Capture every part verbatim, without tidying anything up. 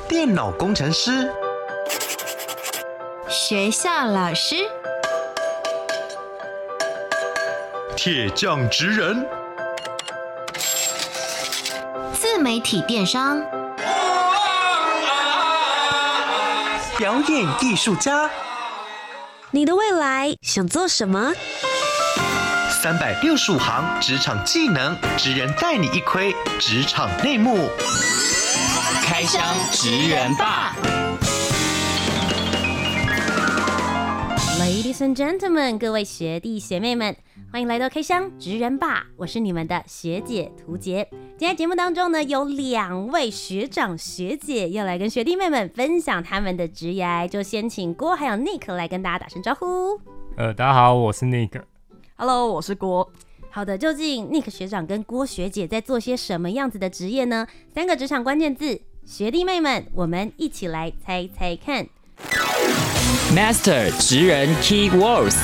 电脑工程师， 学校老师， 铁匠职人， 自媒体电商， 表演艺术家， 你的未来想做什么？ 三百六十五行职场技能，职人带你一窥职场内幕。 开箱职人吧 Ladies and gentlemen， 各位学弟学妹们，欢迎来到开箱职人吧，我是你们的学姐涂洁。今天节目当中呢，有两位学长学姐要来跟学弟妹们分享他们的职涯，就先请郭还有 Nick 来跟大家打声招呼。 呃，大家好，我是 Nick。Hello， 我是郭。 好的，究竟 Nick 学长跟郭学姐在做些什么样子的职业呢？三个职场关键字，学弟妹们，我们一起来猜猜看。 Master 职人 Key Words。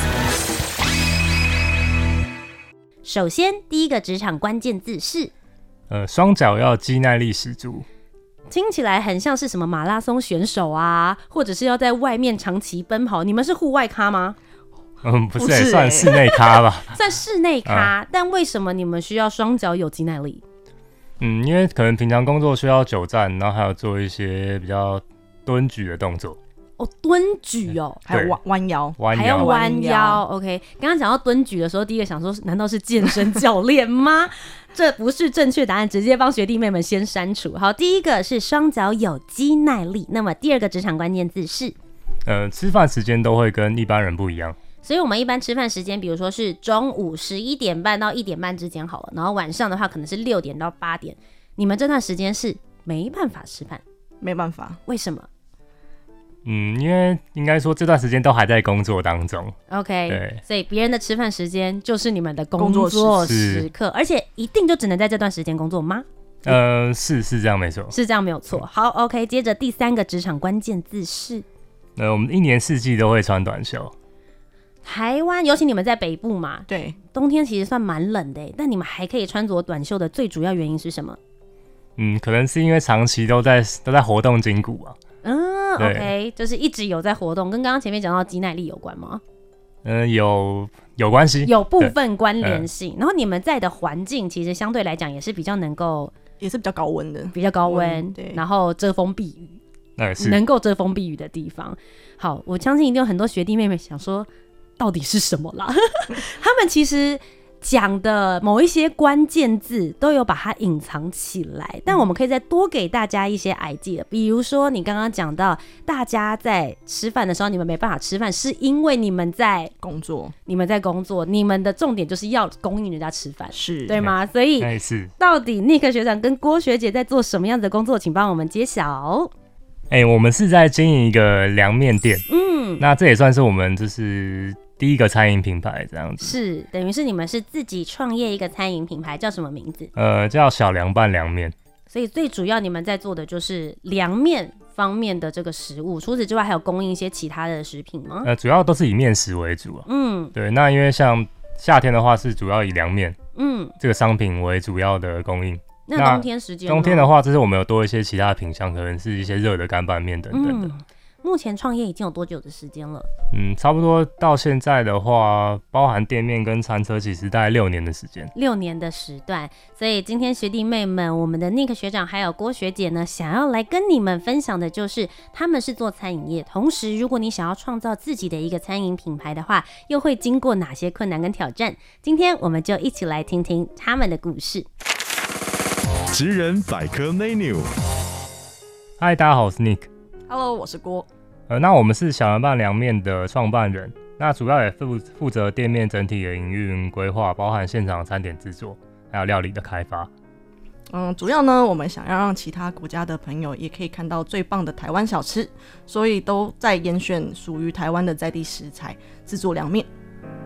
首先，第一个职场关键字是， 呃，双脚要肌耐力十足。 听起来很像是什么马拉松选手啊，或者是要在外面长期奔跑。你们是户外咖吗？ 嗯，不是、欸，算室内咖吧。 算室内咖、嗯，但为什么你们需要双脚有肌耐力？ 嗯，因为可能平常工作需要久站，然后还有做一些比较蹲举的动作。 哦，蹲举哦， 还有弯腰， 还要弯腰。OK， 刚刚讲到蹲举的时候，第一个想说，难道是健身教练吗？这不是正确答案，直接帮学弟妹们先删除。好，第一个是双脚有肌耐力，那么第二个职场关键字是， 呃，吃饭时间都会跟一般人不一样。 所以我们一般吃饭时间，比如说是中午十一点半到一点半之间好了，然后晚上的话可能是六点到八点。你们这段时间是没办法吃饭？ 没办法。 为什么？ 嗯，因为应该说这段时间都还在工作当中。 OK， 对， 所以别人的吃饭时间就是你们的工作时刻，而且一定就只能在这段时间工作吗？ 呃，是是这样没错， 是这样没有错。好 ，OK， 接着第三个职场关键字是， 呃，我们一年四季都会穿短袖。 台湾，尤其你们在北部嘛， 对， 冬天其实算蛮冷的，但你们还可以穿着短袖的最主要原因是什么？ 嗯，可能是因为长期都在都在活动筋骨啊。 嗯 ，OK， 就是一直有在活动，跟刚刚前面讲到肌耐力有关吗？ 嗯、呃，有有关系， 有部分关联性。然后你们在的环境其实相对来讲也是比较能够， 也是比较高温的， 比较高温， 对， 然后遮风避雨， 那是能够遮风避雨的地方。好，我相信一定有很多学弟妹妹想说，到底是什么啦？他们其实讲的某一些关键字都有把它隐藏起来，但我们可以再多给大家一些 idea。比如说你刚刚讲到大家在吃饭的时候你们没办法吃饭，是因为你们在工作， 你们在工作，你们的重点就是要供应人家吃饭， 是对吗？所以到底 Nick 学长跟郭学姐在做什么样的工作，请帮我们揭晓。 哎、欸，我们是在经营一个凉面店， 嗯， 那这也算是我们就是第一个餐饮品牌这样子， 是等于是你们是自己创业一个餐饮品牌，叫什么名字？ 呃，叫小凉拌凉面。 所以最主要你们在做的就是凉面方面的这个食物，除此之外还有供应一些其他的食品吗？ 呃，主要都是以面食为主啊。 嗯， 对，那因为像夏天的话是主要以凉面， 嗯， 这个商品为主要的供应。 那冬天时间， 冬天的话，就是我们有多一些其他的品项，可能是一些热的干拌面等等的。 嗯，目前创业已经有多久的时间了？ 嗯，差不多到现在的话，包含店面跟餐车，其实大概六年的时间。 六年的时段，所以今天学弟妹们，我们的 Nick 学长还有郭学姐呢，想要来跟你们分享的就是，他们是做餐饮业，同时如果你想要创造自己的一个餐饮品牌的话，又会经过哪些困难跟挑战？今天我们就一起来听听他们的故事。 职人百科 menu。 嗨，大家好，我是 Nick。 Hello， 我是郭。 呃，那我们是小凉拌凉面的创办人，那主要也负负责店面整体的营运规划，包含现场餐点制作，还有料理的开发。 嗯，主要呢，我们想要让其他国家的朋友也可以看到最棒的台湾小吃，所以都在严选属于台湾的在地食材制作凉面。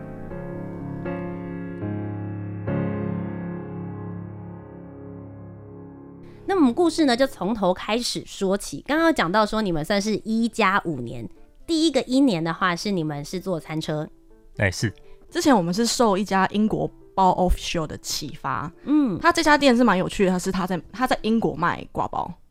那我们故事呢，就从头开始说起。刚刚讲到说，你们算是一加五年，第一个一年的话是你们是做餐车， 哎、欸、是。 之前我们是受一家英国包 offshore 的启发， 嗯， 他这家店是蛮有趣的，他是他在他在英国卖挂包，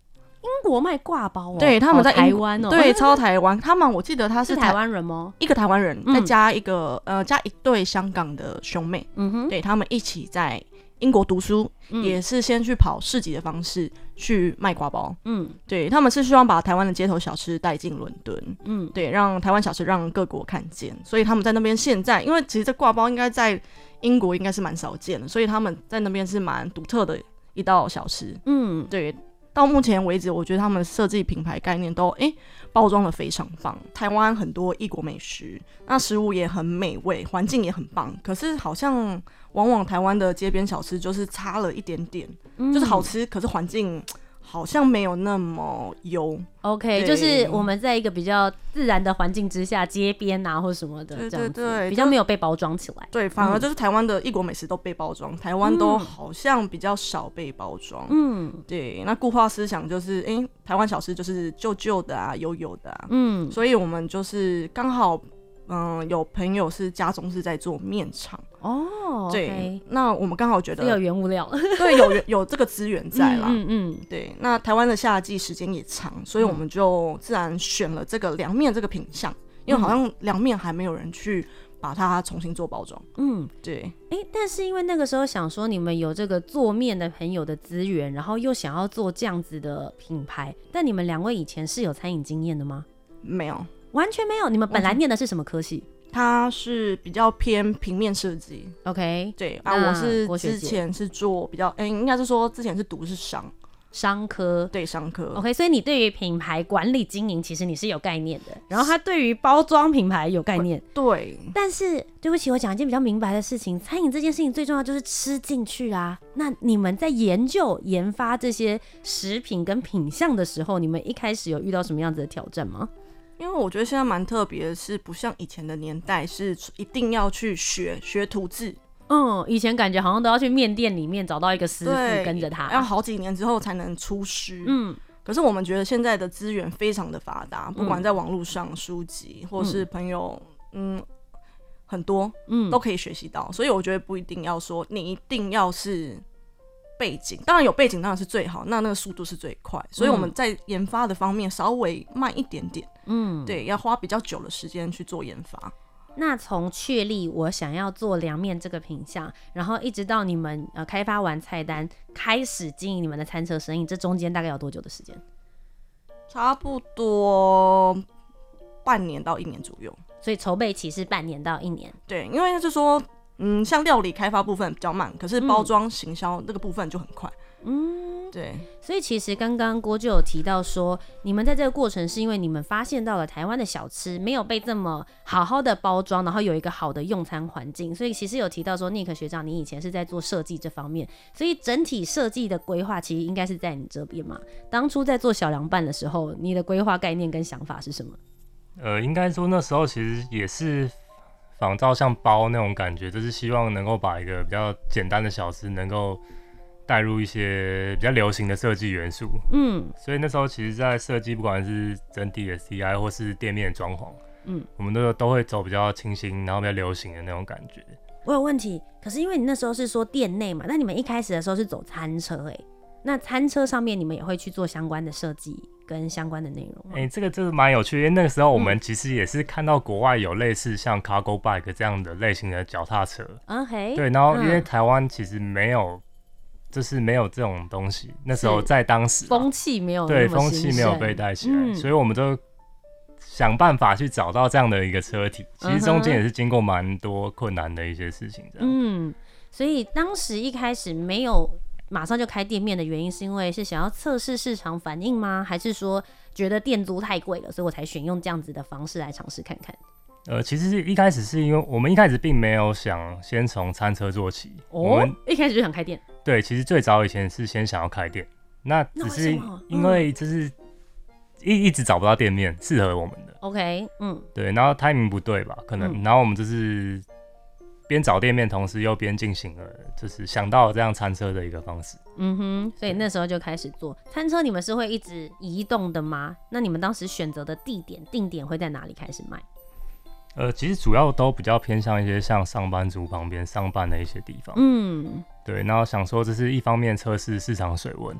英国卖挂包哦， 对，他们在台湾哦， 对，超台湾。他们我记得他是是台湾人吗？ 一个台湾人， 嗯再加一个呃加一对香港的兄妹， 嗯哼， 对他们一起在英国读书， 嗯也是先去跑市集的方式去卖挂包。 嗯对，他们是希望把台湾的街头小吃带进伦敦， 嗯， 对，让台湾小吃让各国看见。所以他们在那边现在，因为其实这挂包应该在英国应该是蛮少见的，所以他们在那边是蛮独特的一道小吃。 嗯， 对，到目前为止，我觉得他们设计品牌概念都哎包装的非常棒。台湾很多异国美食，那食物也很美味，环境也很棒。可是好像往往台湾的街边小吃就是差了一点点， 嗯就是好吃，可是环境好像没有那么优。 OK， 对就是我们在一个比较自然的环境之下，街边啊或什么的， 对这样子对对比较没有被包装起来。 对，反而就是台湾的异国美食都被包装，台湾都好像比较少被包装。 嗯对，那固化思想就是，哎、欸，台湾小吃就是旧旧的啊，油油的啊， 嗯， 所以我们就是刚好，嗯、呃，有朋友是家中是在做面厂。 哦， 对 okay， 那我们刚好觉得是有原物料， 对，有有这个资源在啦。 嗯嗯嗯， 对，那台湾的夏季时间也长，所以我们就自然选了这个凉面这个品项，因为好像凉面还没有人去把它重新做包装。 嗯， 对。 哎、欸，但是因为那个时候想说你们有这个做面的朋友的资源，然后又想要做这样子的品牌，但你们两位以前是有餐饮经验的吗？ 没有， 完全没有。你们本来念的是什么科系？ 它是比较偏平面设计。 OK， 对啊，我是之前是做比较，哎、欸，应该是说之前是读的是商商科， 对，商科。 OK， 所以你对于品牌管理经营其实你是有概念的，然后他对于包装品牌有概念。 对， 但是对不起，我讲一件比较明白的事情，餐饮这件事情最重要就是吃进去啊。那你们在研究研发这些食品跟品项的时候，你们一开始有遇到什么样子的挑战吗？ 因为我觉得现在蛮特别的是，不像以前的年代是一定要去学学徒制。 嗯，以前感觉好像都要去面店里面找到一个师傅跟着他， 要好几年之后才能出师。 嗯， 可是我们觉得现在的资源非常的发达，不管在网络上、书籍或是朋友，嗯，很多，嗯，都可以学习到。所以我觉得不一定要说你一定要是背景，当然有背景当然是最好，那那个速度是最快。所以我们在研发的方面稍微慢一点点，嗯，对，要花比较久的时间去做研发。 那从确立我想要做凉面这个品项，然后一直到你们呃开发完菜单，开始经营你们的餐车生意，这中间大概有多久的时间？ 差不多半年到一年左右。 所以筹备期是半年到一年。 对，因为就是说，嗯，像料理开发部分比较慢，可是包装行销那个部分就很快。嗯，对。 所以其实刚刚郭就有提到说，你们在这个过程是因为你们发现到了台湾的小吃没有被这么好好的包装，然后有一个好的用餐环境，所以其实有提到说Nick学长你以前是在做设计这方面，所以整体设计的规划其实应该是在你这边嘛。当初在做小凉拌的时候，你的规划概念跟想法是什么？ 呃，应该说那时候其实也是仿照像包那种感觉，就是希望能够把一个比较简单的小吃能够带入一些比较流行的设计元素。嗯，所以那时候其实在设计不管是整体的 C I 或是店面的装潢，嗯，我们都都会走比较清新然后比较流行的那种感觉。 我有问题，可是因为你那时候是说店内嘛，那你们一开始的时候是走餐车欸，那餐车上面你们也会去做相关的设计跟相关的内容吗？ 哎、欸，这个这个蛮有趣的，因为那个时候我们其实也是看到国外有类似像 cargo bike 这样的类型的脚踏车。 OK， 对，然后因为台湾其实没有，就是没有这种东西，那时候在当时风气没有那么对风气没有被带起来，嗯、所以我们就想办法去找到这样的一个车体。其实中间也是经过蛮多困难的一些事情这样。 嗯，所以当时一开始没有马上就开店面的原因，是因为是想要测试市场反应吗？还是说觉得店租太贵了，所以我才选用这样子的方式来尝试看看？ 呃，其实一开始是因为我们一开始并没有想先从餐车做起， 哦， 我们一开始就想开店。 对，其实最早以前是先想要开店，那只是因为就是一一直找不到店面适合我们的。 OK， 嗯， 对，然后 timing 不对吧？可能，嗯、然后我们就是边找店面，同时又边进行了，就是想到了这样餐车的一个方式。 嗯哼，所以那时候就开始做餐车。你们是会一直移动的吗？那你们当时选择的地点定点会在哪里开始卖？ 呃，其实主要都比较偏向一些像上班族旁边上班的一些地方。嗯，对，然后想说这是一方面测试市场水温，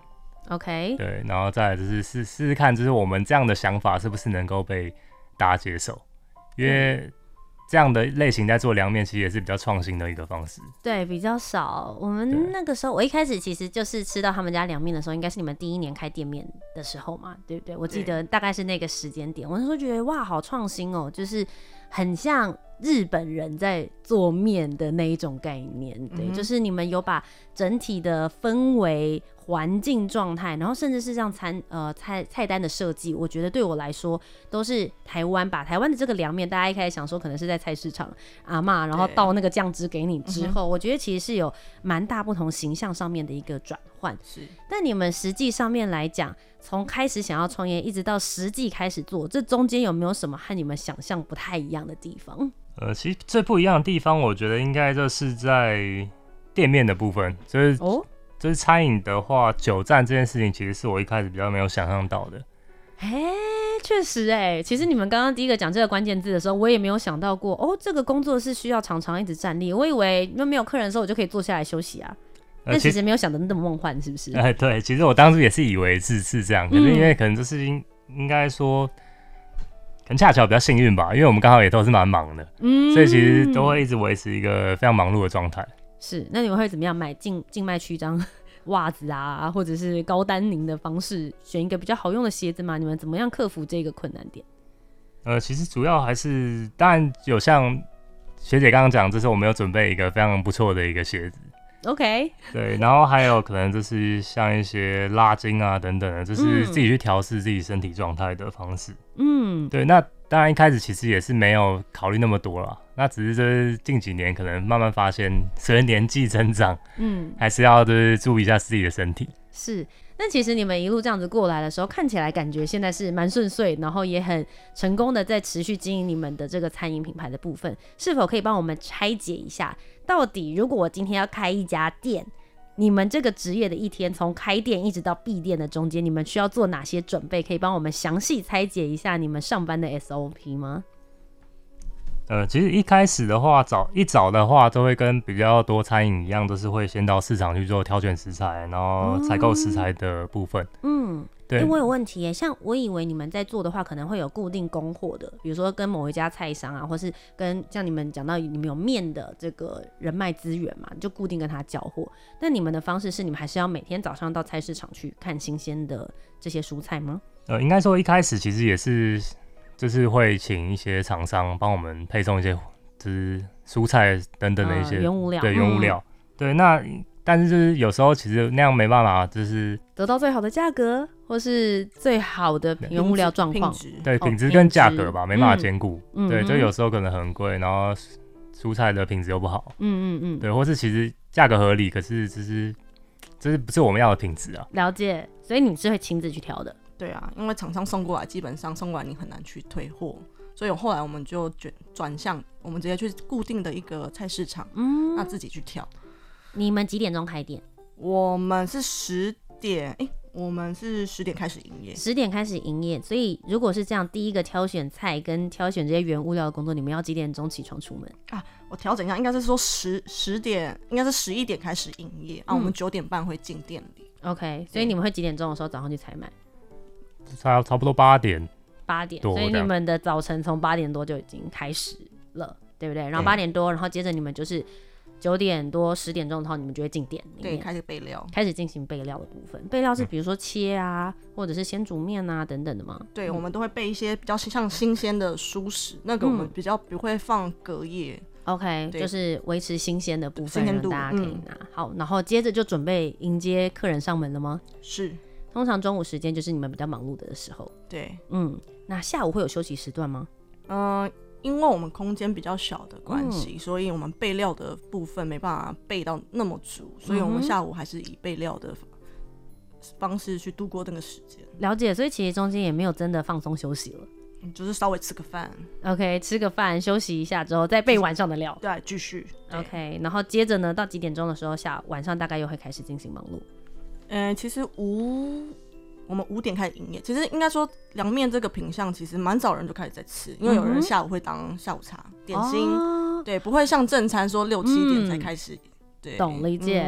OK， 对，然后再来就是试试试看，就是我们这样的想法是不是能够被大家接受，因为这样的类型在做凉面，其实也是比较创新的一个方式。 对，比较少。我们那个时候，我一开始其实就是吃到他们家凉面的时候，应该是你们第一年开店面的时候嘛，对不对？我记得大概是那个时间点。我那时候觉得哇，好创新哦，就是很像日本人在做面的那一种概念。对，嗯、就是你们有把整体的氛围、环境状态，然后甚至是像餐呃菜菜单的设计，我觉得对我来说都是台湾把台湾的这个凉面，大家一开始想说可能是在菜市场阿嬷，然后倒那个酱汁给你之后，我觉得其实是有蛮大不同形象上面的一个转换。是，但你们实际上面来讲，从开始想要创业一直到实际开始做，这中间有没有什么和你们想象不太一样的地方？ 呃，其实最不一样的地方，我觉得应该就是在店面的部分，就是哦。就是餐饮的话，久站这件事情，其实是我一开始比较没有想象到的。 哎、欸，确实哎，其实你们刚刚第一个讲这个关键字的时候，我也没有想到过哦，这个工作是需要常常一直站立。我以为那没有客人的时候，我就可以坐下来休息啊。呃、但其实没有想的那么梦幻，是不是？ 哎、呃，对，其实我当初也是以为是是这样，可是因为可能就是应应该说，可能恰巧比较幸运吧，因为我们刚好也都是蛮忙的，嗯，所以其实都会一直维持一个非常忙碌的状态。 是，那你们会怎么样买静静脉曲张袜子啊，或者是高单宁的方式，选一个比较好用的鞋子吗？你们怎么样克服这个困难点？ 呃，其实主要还是，当然有像学姐刚刚讲，就是我们有准备一个非常不错的一个鞋子。 OK， 对，然后还有可能就是像一些拉筋啊等等的，就是自己去调试自己身体状态的方式。嗯，对，那当然一开始其实也是没有考虑那么多啦，那只是就是近几年可能慢慢发现，随着年纪增长，嗯，还是要就是注意一下自己的身体。 是，那其实你们一路这样子过来的时候，看起来感觉现在是蛮顺遂，然后也很成功的在持续经营你们的这个餐饮品牌的部分，是否可以帮我们拆解一下，到底如果我今天要开一家店，你们这个职业的一天，从开店一直到闭店的中间，你们需要做哪些准备？可以帮我们详细拆解一下你们上班的 S O P 吗？ 呃，其实一开始的话，早一早的话，都会跟比较多餐饮一样，都是会先到市场去做挑选食材，然后采购食材的部分。嗯，对。欸、我有问题耶，像我以为你们在做的话，可能会有固定供货的，比如说跟某一家菜商啊，或是跟像你们讲到你们有面的这个人脉资源嘛，就固定跟他交货。但你们的方式是，你们还是要每天早上到菜市场去看新鲜的这些蔬菜吗？呃，应该说一开始其实也是。就是会请一些厂商帮我们配送一些，就是蔬菜等等的一些、呃、原物料，对原物料、嗯，对。那但是就是有时候其实那样没办法，就是得到最好的价格，或是最好的原物料状况，对品质跟价格吧，哦、没办法兼顾、嗯。对，就有时候可能很贵，然后蔬菜的品质又不好，嗯嗯嗯，对，或是其实价格合理，可是只是这是不是我们要的品质啊？了解，所以你是会亲自去挑的。对啊，因为厂商送过来，基本上送过来你很难去退货，所以后来我们就转向，我们直接去固定的一个菜市场，嗯，那自己去挑。你们几点钟开店？我们是十点，哎、欸，我们是十点开始营业，十点开始营业。所以如果是这样，第一个挑选菜跟挑选这些原物料的工作，你们要几点钟起床出门啊？我调整一下，应该是说十十点，应该是十一点开始营业、嗯、啊，我们九点半会进店里。OK， 所以你们会几点钟的时候早上去采买？差差不多八点，八点，所以你们的早晨从八点多就已经开始了，对不对？然后八点多，然后接着你们就是九点多、十点钟的话，你们就会进店里面，对，开始备料，开始进行备料的部分。备料是比如说切啊，嗯、或者是先煮面啊等等的吗？对，嗯、我们都会备一些比较像新鲜的蔬食，那个我们比较不会放隔夜。OK， 就是维持新鲜的部分，让大家可以拿、嗯。好，然后接着就准备迎接客人上门了吗？是。通常中午时间就是你们比较忙碌的时候。对，嗯，那下午会有休息时段吗？嗯、呃，因为我们空间比较小的关系、嗯，所以我们备料的部分没办法备到那么足，所以我们下午还是以备料的方式去度过那个时间。了解，所以其实中间也没有真的放松休息了。就是稍微吃个饭 ，OK， 吃个饭休息一下之后，再备晚上的料，对，继续 ，OK， 然后接着呢，到几点钟的时候，下晚上大概又会开始进行忙碌。呃，其实五我们五点开始营业，其实应该说凉面这个品项其实蛮早人就开始在吃，因为有人下午会当下午茶、点心，哦、对，不会像正餐说六七点才开始。嗯、对，懂理解。嗯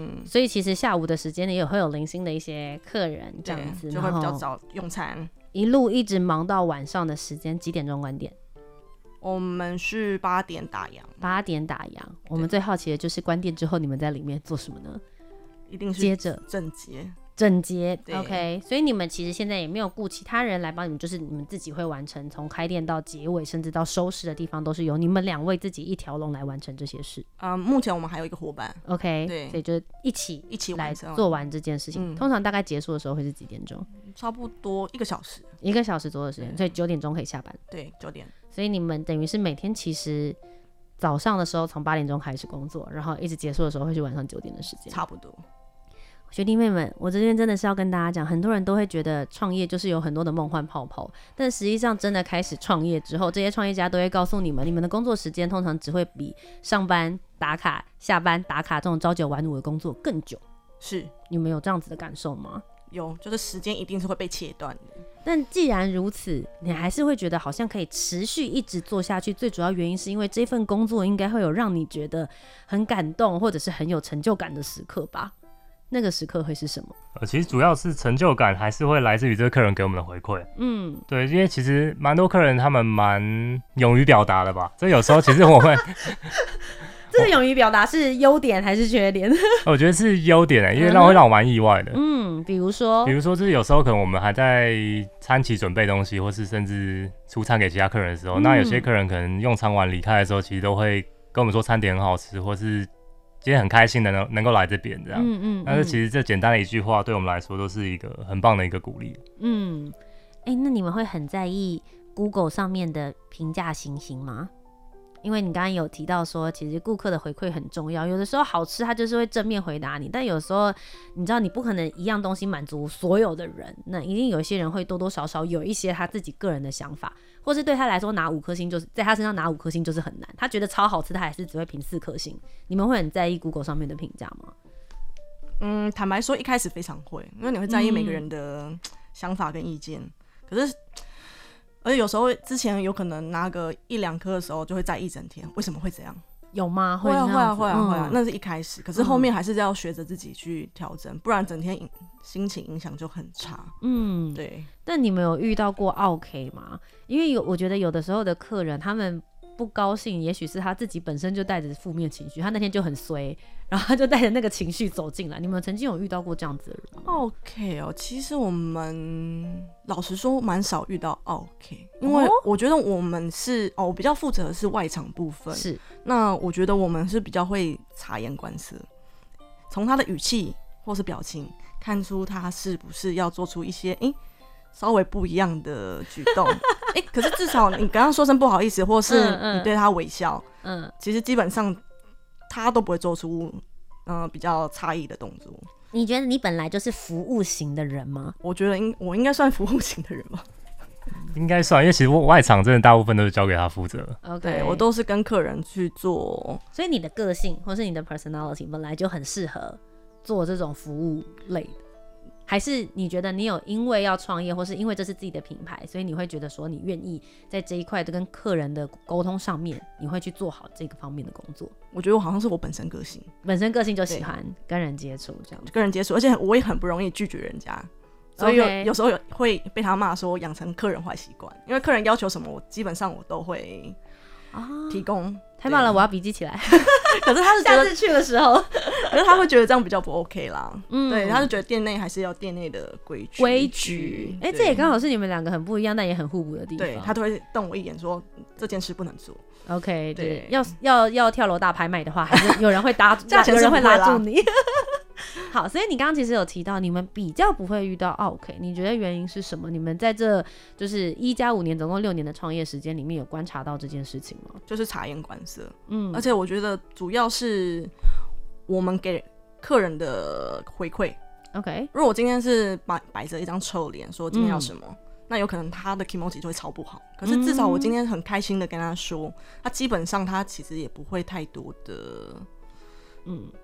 嗯，所以其实下午的时间也会有零星的一些客人这样子， 就会比较早用餐， 一路一直忙到晚上的时间，几点钟关店？ 我们是八点打烊， 八点打烊。我们最好奇的就是关店之后你们在里面做什么呢？ 一定是接着整洁。 整洁 ，OK， 所以你们其实现在也没有雇其他人来帮你们，就是你们自己会完成从开店到结尾，甚至到收拾的地方，都是由你们两位自己一条龙来完成这些事。 嗯，目前我们还有一个伙伴 ，OK， 对， 所以就一起一起来做完这件事情。嗯、通常大概结束的时候会是几点钟？ 差不多一个小时， 一个小时左右的时间，所以九点钟可以下班。 对，九点。 所以你们等于是每天其实早上的时候从八点钟开始工作，然后一直结束的时候会是晚上九点的时间， 差不多。 学弟妹们，我这边真的是要跟大家讲，很多人都会觉得创业就是有很多的梦幻泡泡，但实际上真的开始创业之后，这些创业家都会告诉你们，你们的工作时间通常只会比上班打卡、下班打卡这种朝九晚五的工作更久。 是， 你们有这样子的感受吗？ 有，就是时间一定是会被切断的。 但既然如此，你还是会觉得好像可以持续一直做下去，最主要原因是因为这份工作应该会有让你觉得很感动或者是很有成就感的时刻吧？那个时刻会是什么？ 呃，其实主要是成就感还是会来自于这个客人给我们的回馈。嗯，对，因为其实蛮多客人他们蛮勇于表达的吧，这有时候其实我们这个勇于表达是优点还是缺点？ 我觉得是优点、欸、因为让会让我蛮意外的。 嗯，比如说， 比如说就是有时候可能我们还在餐期准备东西，或是甚至出餐给其他客人的时候，嗯、那有些客人可能用餐完离开的时候，其实都会跟我们说餐点很好吃，或是今天很开心的能能够来这边这样。嗯 嗯, 嗯但是其实这简单的一句话对我们来说都是一个很棒的一个鼓励。 嗯，哎、欸，那你们会很在意 Google 上面的评价星星吗？因为你刚刚有提到说，其实顾客的回馈很重要，有的时候好吃他就是会正面回答你，但有时候你知道你不可能一样东西满足所有的人，那一定有一些人会多多少少有一些他自己个人的想法，或是对他来说拿五颗星就是在他身上拿五颗星就是很难，他觉得超好吃他还是只会评四颗星。你们会很在意 Google 上面的评价吗？ 嗯，坦白说一开始非常会，因为你会在意每个人的想法跟意见、嗯、可是而且有时候之前有可能拿个一两颗的时候就会在意一整天，为什么会这样？ 有吗？ 会啊会啊会啊会啊，那是一开始，可是后面还是要学着自己去调整、嗯，不然整天心情影响就很差。嗯，对。 但你们有遇到过 OK 吗？因为有，我觉得有的时候的客人他们不高兴，也许是他自己本身就带着负面情绪，他那天就很衰，然后他就带着那个情绪走进来。你们曾经有遇到过这样子的人吗 ？OK 哦，其实我们老实说蛮少遇到 OK， 因为我觉得我们是哦，我比较负责的是外场部分， 是。 那我觉得我们是比较会察言观色，从他的语气或是表情看出他是不是要做出一些诶。欸稍微不一样的举动，哎、欸，可是至少你刚刚说声不好意思，或是你对他微笑，嗯，嗯其实基本上他都不会做出嗯、呃、比较差异的动作。 你觉得你本来就是服务型的人吗？ 我觉得应我应该算服务型的人吧， 应该算，因为其实外场真的大部分都是交给他负责。 OK， 对我都是跟客人去做， 所以你的个性或是你的 personality 本来就很适合做这种服务类的。还是你觉得你有因为要创业，或是因为这是自己的品牌，所以你会觉得说你愿意在这一块跟客人的沟通上面，你会去做好这个方面的工作？ 我觉得我好像是我本身个性， 本身个性就喜欢跟人接触，这样跟人接触，而且我也很不容易拒绝人家，所以有、okay. 有时候有会被他骂说养成客人坏习惯，因为客人要求什么，我基本上我都会提供。啊太棒了，我要笔记起来。 可是他是觉得下次去的时候， 可是他会觉得这样比较不 OK 啦。嗯，对，他就觉得店内还是要店内的规矩。 规矩，哎、欸，这也刚好是你们两个很不一样，但也很互补的地方。 对，他都会瞪我一眼说这件事不能做。 OK， 对，要要要跳楼大拍卖的话，还是有人会搭，有人会拉住你。好，所以你刚刚其实有提到你们比较不会遇到 OK， 你觉得原因是什么？你们在这就是一加五年，总共六年的创业时间里面，有观察到这件事情吗？ 就是察言观色，嗯，而且我觉得主要是我们给客人的回馈。 OK， 如果我今天是摆摆着一张臭脸说今天要什么、嗯，那有可能他的 kimochi 就会超不好。可是至少我今天很开心的跟他说，他基本上他其实也不会太多的，嗯。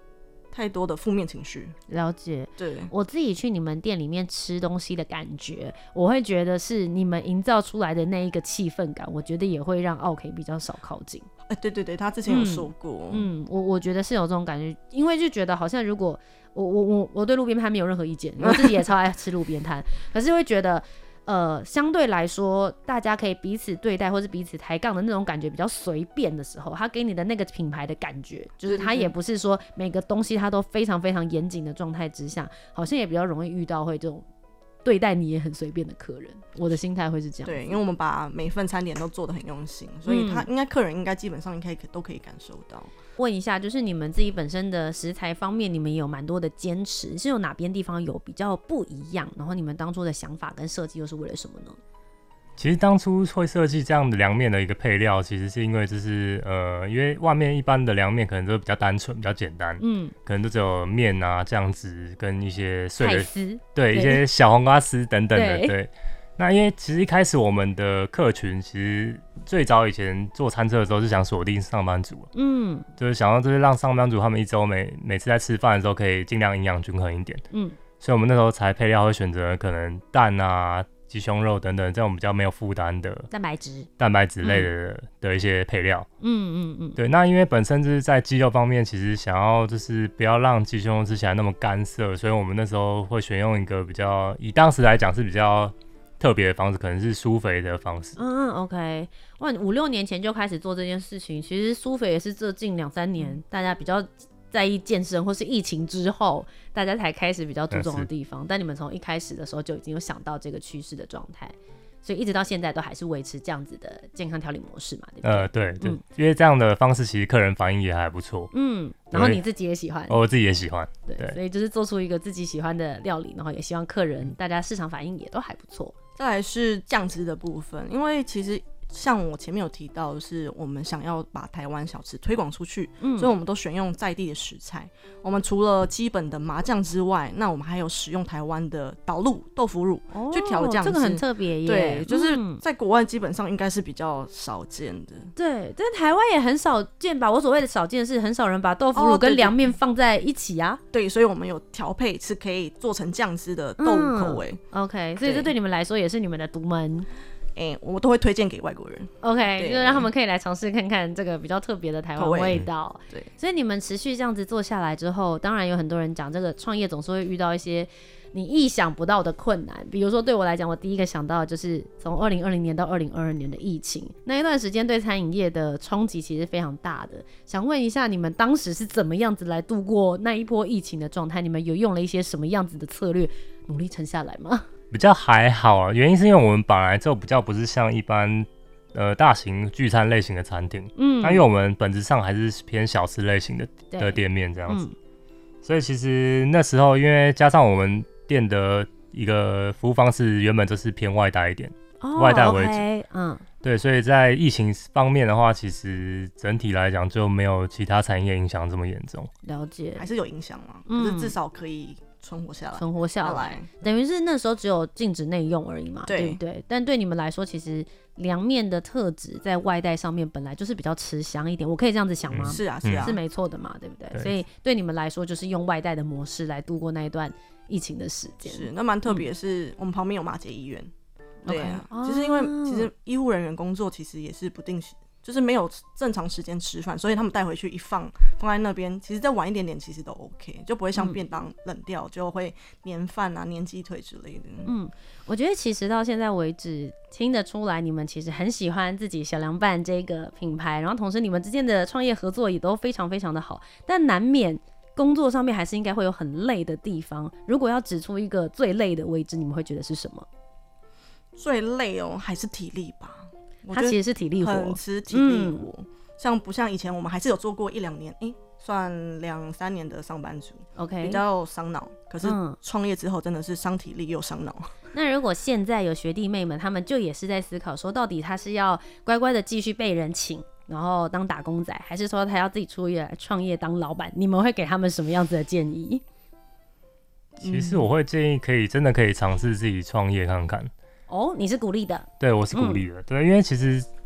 太多的负面情绪。 了解。 对， 我自己去你们店里面吃东西的感觉，我会觉得是你们营造出来的那一个气氛感，我觉得也会让奥 K 比较少靠近。 哎、欸，对对对，他之前有说过。 嗯，嗯我我觉得是有这种感觉，因为就觉得好像如果我我我我对路边摊没有任何意见，我自己也超爱吃路边摊，可是会觉得。呃，相对来说，大家可以彼此对待，或是彼此抬杠的那种感觉比较随便的时候，他给你的那个品牌的感觉，就是他也不是说每个东西他都非常非常严谨的状态之下，好像也比较容易遇到会这种对待你也很随便的客人。我的心态会是这样。 对，因为我们把每份餐点都做得很用心，所以他应该客人应该基本上应该都可以感受到。 问一下，就是你们自己本身的食材方面，你们也有蛮多的坚持，是有哪边地方有比较不一样？然后你们当初的想法跟设计又是为了什么呢？ 其实当初会设计这样的凉面的一个配料，其实是因为就是呃，因为外面一般的凉面可能都比较单纯、比较简单，嗯，可能都只有面啊、酱汁跟一些碎的丝， 对，一些小黄瓜丝等等的，对。对那因为其实一开始我们的客群，其实最早以前做餐车的时候是想锁定上班族，嗯，就是想要就是让上班族他们一周每每次在吃饭的时候可以尽量营养均衡一点，嗯，所以我们那时候才配料会选择可能蛋啊、鸡胸肉等等这种比较没有负担的蛋白质、 蛋白质类的、嗯、的一些配料，嗯嗯嗯，对。那因为本身就是在鸡肉方面，其实想要就是不要让鸡胸肉吃起来那么干涩，所以我们那时候会选用一个比较以当时来讲是比较特别的方式，可能是舒肥的方式。 嗯 ，OK， 哇，五六年前就开始做这件事情，其实舒肥也是这近两三年、嗯、大家比较在意健身，或是疫情之后大家才开始比较注重的地方。但你们从一开始的时候就已经有想到这个趋势的状态，所以一直到现在都还是维持这样子的健康调理模式嘛，对不对？ 呃，对对、嗯，因为这样的方式其实客人反应也还不错。嗯， 然后你自己也喜欢， 哦、我自己也喜欢。 对，对，所以就是做出一个自己喜欢的料理，然后也希望客人大家市场反应也都还不错。 再来是酱汁的部分，因为其实像我前面有提到，是我们想要把台湾小吃推广出去、嗯，所以我们都选用在地的食材。我们除了基本的麻酱之外，那我们还有使用台湾的导入豆腐乳、哦、去调酱汁， 这个很特别耶。 对，就是在国外基本上应该是比较少见的。嗯、 对，但台湾也很少见吧？我所谓的少见是很少人把豆腐乳跟凉面放在一起啊。 哦、对, 对, 对，所以我们有调配是可以做成酱汁的豆腐口味、 嗯。OK， 所以这对你们来说也是你们的独门。 欸、我都会推荐给外国人 ，OK， 就是让他们可以来尝试看看这个比较特别的台湾味道。 对， 所以你们持续这样子做下来之后，当然有很多人讲，这个创业总是会遇到一些你意想不到的困难。比如说对我来讲，我第一个想到的就是从二零二零年到二零二二年的疫情，那一段时间对餐饮业的冲击其实非常大的。想问一下，你们当时是怎么样子来度过那一波疫情的状态？你们有用了一些什么样子的策略，努力撑下来吗？ 比较还好啊，原因是因为我们本来就比较不是像一般呃大型聚餐类型的餐厅，嗯，那因为我们本质上还是偏小吃类型的的店面这样子、嗯，所以其实那时候因为加上我们店的一个服务方式原本就是偏外带一点，哦、外带为主， okay, 嗯，对，所以在疫情方面的话，其实整体来讲就没有其他产业影响这么严重。 了解， 还是有影响嘛、嗯，可是至少可以存活下来， 存活下来，等于是那时候只有禁止内用而已嘛， 对, 对不对？但对你们来说，其实凉面的特质在外带上面本来就是比较吃香一点，我可以这样子想吗？ 嗯、是啊，是啊， 是没错的嘛，对不对？ 对， 所以对你们来说，就是用外带的模式来度过那一段疫情的时间。 是，那蛮特别，是、嗯、我们旁边有马偕医院，对啊， okay, 其实因为、哦、其实医护人员工作其实也是不定时。就是没有正常时间吃饭，所以他们带回去一放放在那边，其实再晚一点点其实都 OK， 就不会像便当冷掉、嗯、就会粘饭啊、粘鸡腿之类的。 嗯，我觉得其实到现在为止听得出来，你们其实很喜欢自己小凉拌这个品牌，然后同时你们之间的创业合作也都非常非常的好，但难免工作上面还是应该会有很累的地方。如果要指出一个最累的位置，你们会觉得是什么？ 最累哦，还是体力吧。 它其实是体力活， 很吃体力活、嗯，像不像以前我们还是有做过一两年，哎、欸，算两三年的上班族 ，OK， 比较伤脑。可是创业之后真的是伤体力又伤脑。 那如果现在有学弟妹们，他们就也是在思考说，到底他是要乖乖的继续被人请，然后当打工仔，还是说他要自己出业来创业当老板？你们会给他们什么样子的建议？ 其实我会建议，可以真的可以尝试自己创业看看。 哦，你是鼓励的？ 对，我是鼓励的、嗯。对，因为其实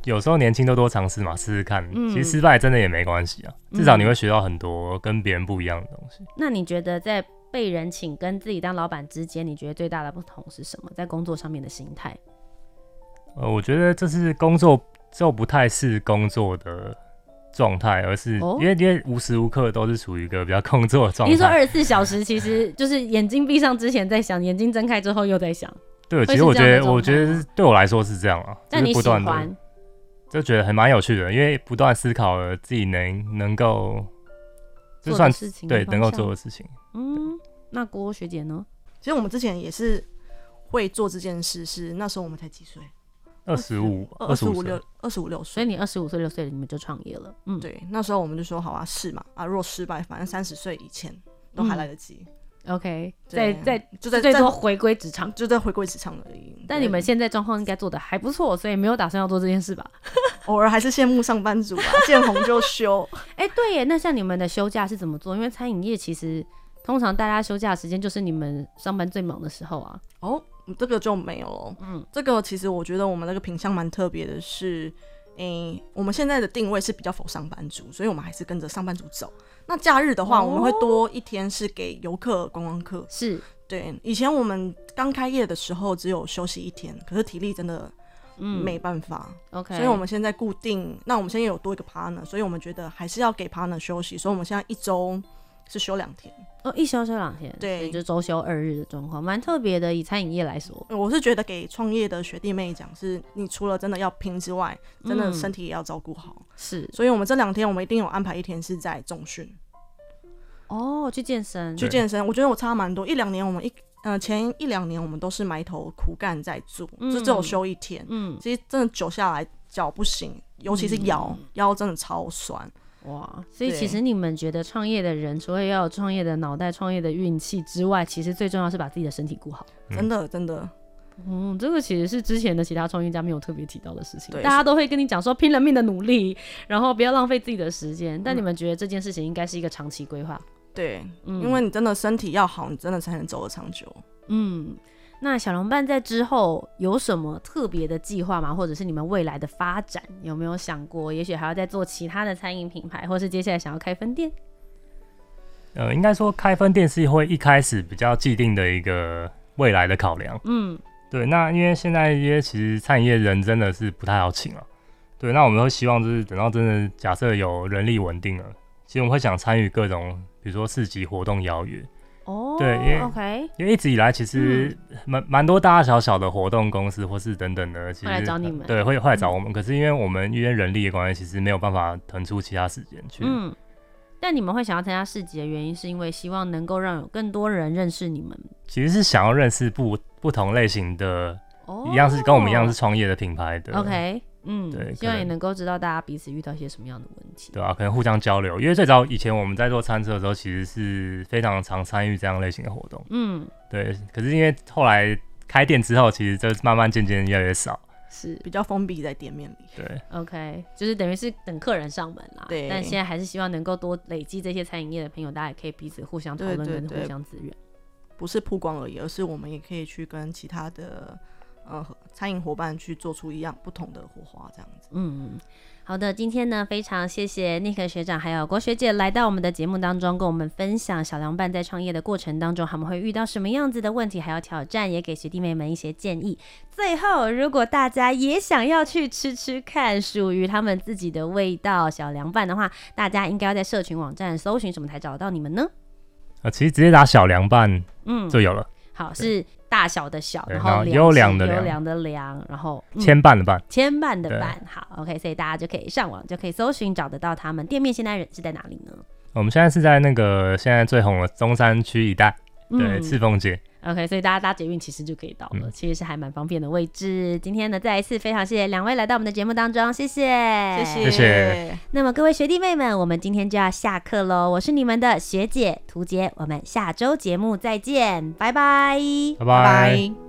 有时候年轻都多尝试嘛，试试看。 嗯其实失败真的也没关系啊，至少你会学到很多跟别人不一样的东西。 那你觉得在被人请跟自己当老板之间，你觉得最大的不同是什么？在工作上面的心态？ 呃，我觉得这是工作就不太是工作的状态，而是、 哦、 因为因为无时无刻都是处于一个比较工作的状态。 你说二十四小时其实就是眼睛闭上之前在想，眼睛睁开之后又在想。 对，其实我觉得我觉得对我来说是这样啊， 但你喜欢， 就是不断的就觉得还蛮有趣的，因为不断思考了自己能能够就算对能够做的事情。 嗯，那郭学姐呢？ 其实我们之前也是会做这件事，是那时候我们才几岁？ 二十五， 二十五六，二十五六岁。 所以你二十五岁六岁你们就创业了。嗯， 对，那时候我们就说好啊，试嘛啊，若失败，反正三十岁以前都还来得及。 嗯OK， 再再就在最多回归职场， 就在回归职场而已。 但你们现在状况应该做的还不错，所以没有打算要做这件事吧？ 偶尔还是羡慕上班族啊，见红就休。 哎、欸，对耶，那像你们的休假是怎么做？因为餐饮业其实通常大家休假的时间就是你们上班最忙的时候啊。 哦，这个就没有了。嗯，这个其实我觉得我们那个品项蛮特别的是，哎、欸，我们现在的定位是比较否上班族，所以我们还是跟着上班族走。那假日的话，哦、我们会多一天是给游客、观光客。 是， 对。以前我们刚开业的时候只有休息一天，可是体力真的没办法。 嗯、OK， 所以我们现在固定，那我们现在有多一个 partner， 所以我们觉得还是要给 partner 休息，所以我们现在一周是休两天。 哦，一休休两天， 对， 就周休二日的状况，蛮特别的。以餐饮业来说， 我是觉得给创业的学弟妹讲，是你除了真的要拼之外，真的身体也要照顾好。 嗯、是， 所以我们这两天我们一定有安排一天是在重训。 哦，去健身， 去健身，我觉得我差蛮多。一两年我们一呃前一两年我们都是埋头苦干在做，嗯、就只有休一天。嗯，其实真的久下来脚不行，尤其是腰，嗯、腰真的超酸。 哇，所以其实你们觉得创业的人，除了要有创业的脑袋、创业的运气之外，其实最重要是把自己的身体顾好。 真的，真的。 嗯，这个其实是之前的其他创业家没有特别提到的事情，大家都会跟你讲说拼了命的努力，然后不要浪费自己的时间。但你们觉得这件事情应该是一个长期规划？ 对，嗯，因为你真的身体要好，你真的才能走得长久。 嗯，那小笼办在之后有什么特别的计划吗？或者是你们未来的发展有没有想过？也许还要再做其他的餐饮品牌，或是接下来想要开分店？ 呃，应该说开分店是会一开始比较既定的一个未来的考量。嗯，对。那因为现在因为其实餐饮业人真的是不太好请啊。对，那我们会希望就是等到真的假设有人力稳定了，其实我们会想参与各种。比如说市集活动邀约， 哦， 对，因为 OK， 因为一直以来其实蛮蛮、嗯、多大大小小的活动公司或是等等的，其实会来找你们， 对，会会来找我们。嗯、可是因为我们因为人力的关系，其实没有办法腾出其他时间去。嗯， 但你们会想要参加市集的原因，是因为希望能够让有更多人认识你们。 其实是想要认识不不同类型的，哦、一样是跟我们一样是创业的品牌的。 OK。嗯， 对， 希望也能够知道大家彼此遇到一些什么样的问题， 对啊，可能互相交流。因为最早以前我们在做餐车的时候，其实是非常常参与这样类型的活动。嗯，对。可是因为后来开店之后，其实就慢慢渐渐越来越少， 是比较封闭在店面里。 对 ，OK， 就是等于是等客人上门啦。 对。 但现在还是希望能够多累积这些餐饮业的朋友，大家也可以彼此互相讨论跟互相资源， 不是曝光而已，而是我们也可以去跟其他的。呃，餐饮伙伴去做出一样不同的火花，这样子。 嗯，好的，今天呢，非常谢谢 Nick 学长还有郭学姐来到我们的节目当中，跟我们分享小凉拌在创业的过程当中，他们会遇到什么样子的问题，还有挑战，也给学弟妹们一些建议。最后，如果大家也想要去吃吃看属于他们自己的味道小凉拌的话，大家应该要在社群网站搜寻什么才找到你们呢？ 呃，其实直接打小凉拌，嗯，就有了。 好，是大小的小，然后优良的良，优良的良，然后牵绊的绊， 牵绊的绊。好 ，OK， 所以大家就可以上网就可以搜寻找得到他们店面。现在人是在哪里呢？ 我们现在是在那个现在最红的中山区一带，对，赤峰街。 OK， 所以大家搭捷运其实就可以到了，嗯、其实是还蛮方便的位置。今天呢，再一次非常谢谢两位来到我们的节目当中，谢谢， 谢谢， 谢谢。 那么各位学弟妹们，我们今天就要下课喽。我是你们的学姐涂洁，我们下周节目再见，拜拜， 拜拜。